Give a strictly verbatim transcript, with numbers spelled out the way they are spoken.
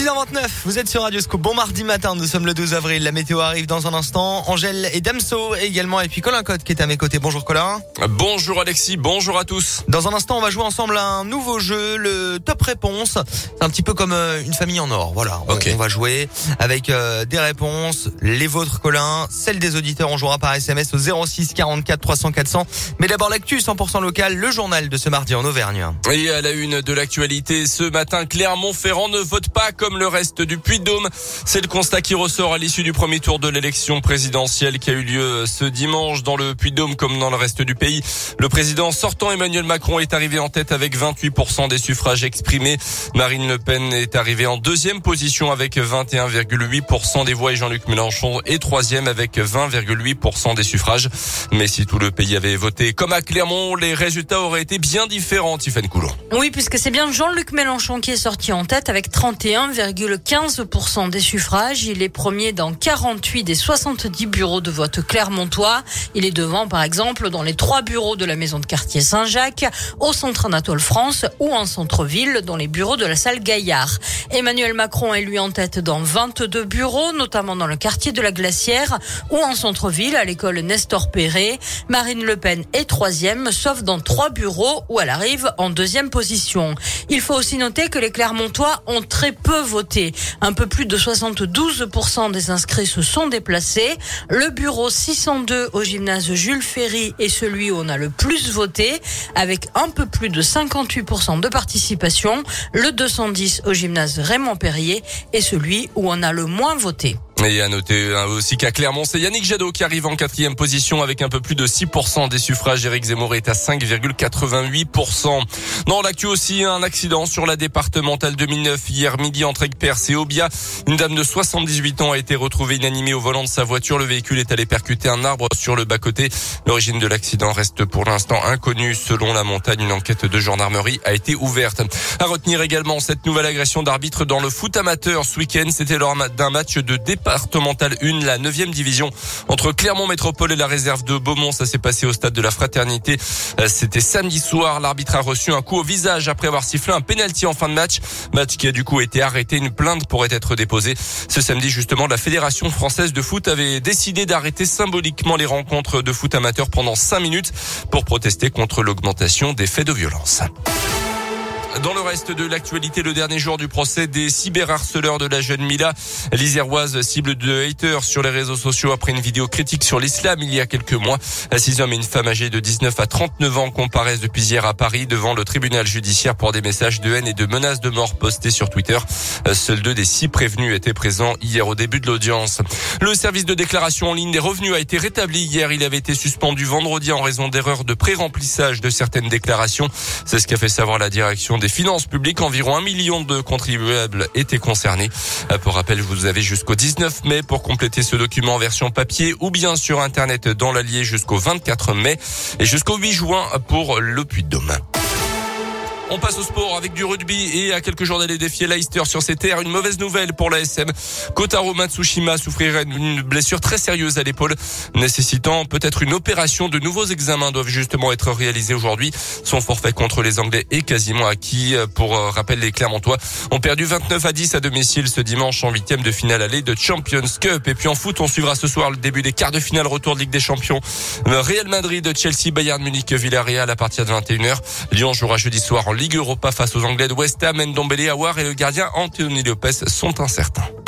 six heures vingt-neuf, vous êtes sur Radio Scoop. Bon mardi matin, nous sommes le douze avril. La météo arrive dans un instant. Angèle et Damso également. Et puis Colin Cotte qui est à mes côtés. Bonjour Colin. Bonjour Alexis, bonjour à tous. Dans un instant, on va jouer ensemble à un nouveau jeu, le Top Réponse. C'est un petit peu comme euh, une famille en or. Voilà, on, okay. on va jouer avec euh, des réponses. Les vôtres Colin, celles des auditeurs, on jouera par S M S au zéro six quarante-quatre trois cents quatre cents. Mais d'abord l'actu cent pour cent local, le journal de ce mardi en Auvergne. Et à la une de l'actualité, ce matin, Clermont-Ferrand ne vote pas comme le reste du Puy-de-Dôme. C'est le constat qui ressort à l'issue du premier tour de l'élection présidentielle qui a eu lieu ce dimanche dans le Puy-de-Dôme comme dans le reste du pays. Le président sortant Emmanuel Macron est arrivé en tête avec vingt-huit pour cent des suffrages exprimés. Marine Le Pen est arrivée en deuxième position avec vingt et un virgule huit pour cent des voix et Jean-Luc Mélenchon est troisième avec vingt virgule huit pour cent des suffrages. Mais si tout le pays avait voté comme à Clermont, les résultats auraient été bien différents, Tiffaine Coulon. Oui, puisque c'est bien Jean-Luc Mélenchon qui est sorti en tête avec trente et un virgule quinze pour cent des suffrages. Il est premier dans quarante-huit des soixante-dix bureaux de vote clermontois. Il est devant, par exemple, dans les trois bureaux de la maison de quartier Saint-Jacques, au centre Anatole France ou en centre-ville, dans les bureaux de la salle Gaillard. Emmanuel Macron est lui en tête dans vingt-deux bureaux, notamment dans le quartier de la Glacière ou en centre-ville, à l'école Nestor Perret. Marine Le Pen est troisième, sauf dans trois bureaux où elle arrive en deuxième position. Il faut aussi noter que les Clermontois ont très peu voté. Un peu plus de soixante-douze pour cent des inscrits se sont déplacés. Le bureau six cent deux au gymnase Jules Ferry est celui où on a le plus voté, avec un peu plus de cinquante-huit pour cent de participation. Le deux cent dix au gymnase Raymond Perrier est celui où on a le moins voté. Et à noter aussi qu'à Clermont, c'est Yannick Jadot qui arrive en quatrième position avec un peu plus de six pour cent des suffrages. Éric Zemmour est à cinq virgule quatre-vingt-huit pour cent. Dans l'actu aussi, un accident sur la départementale deux mille neuf hier midi entre Aigues-Perse et Aubiat. Une dame de soixante-dix-huit ans a été retrouvée inanimée au volant de sa voiture. Le véhicule est allé percuter un arbre sur le bas-côté. L'origine de l'accident reste pour l'instant inconnue. Selon la montagne, une enquête de gendarmerie a été ouverte. À retenir également cette nouvelle agression d'arbitre dans le foot amateur ce week-end. C'était lors d'un match de départemental un, la neuvième division entre Clermont Métropole et la réserve de Beaumont. Ça s'est passé au stade de la Fraternité. C'était samedi soir. L'arbitre a reçu un coup au visage après avoir sifflé un pénalty en fin de match. Match qui a du coup été arrêté. Une plainte pourrait être déposée. Ce samedi, justement, la Fédération française de foot avait décidé d'arrêter symboliquement les rencontres de foot amateur pendant cinq minutes pour protester contre l'augmentation des faits de violence. Dans le reste de l'actualité, le dernier jour du procès des cyberharceleurs de la jeune Mila. L'Iséroise cible de haters sur les réseaux sociaux après une vidéo critique sur l'islam il y a quelques mois. Six hommes et une femme âgée de dix-neuf à trente-neuf ans comparaissent depuis hier à Paris devant le tribunal judiciaire pour des messages de haine et de menaces de mort postés sur Twitter. Seuls deux des six prévenus étaient présents hier au début de l'audience. Le service de déclaration en ligne des revenus a été rétabli hier. Il avait été suspendu vendredi en raison d'erreurs de pré-remplissage de certaines déclarations. C'est ce qu'a fait savoir la direction des finances publiques. Environ un million de contribuables étaient concernés. Pour rappel, vous avez jusqu'au dix-neuf mai pour compléter ce document en version papier ou bien sur Internet dans l'Allier jusqu'au vingt-quatre mai et jusqu'au huit juin pour le Puy-de-Dôme. On passe au sport avec du rugby et à quelques jours d'aller défier Leicester sur ses terres. Une mauvaise nouvelle pour l'A S M. Kotaro Matsushima souffrirait d'une blessure très sérieuse à l'épaule, nécessitant peut-être une opération. De nouveaux examens doivent justement être réalisés aujourd'hui. Son forfait contre les Anglais est quasiment acquis. Pour rappel, les Clermontois ont perdu vingt-neuf à dix à domicile ce dimanche en huitième de finale aller de Champions Cup. Et puis en foot, on suivra ce soir le début des quarts de finale retour de Ligue des Champions. Real Madrid, Chelsea, Bayern Munich, Villarreal à partir de vingt et une heures. Lyon jouera jeudi soir en Ligue Europa face aux Anglais de West Ham. Ndombele, Aouar et le gardien Anthony Lopez sont incertains.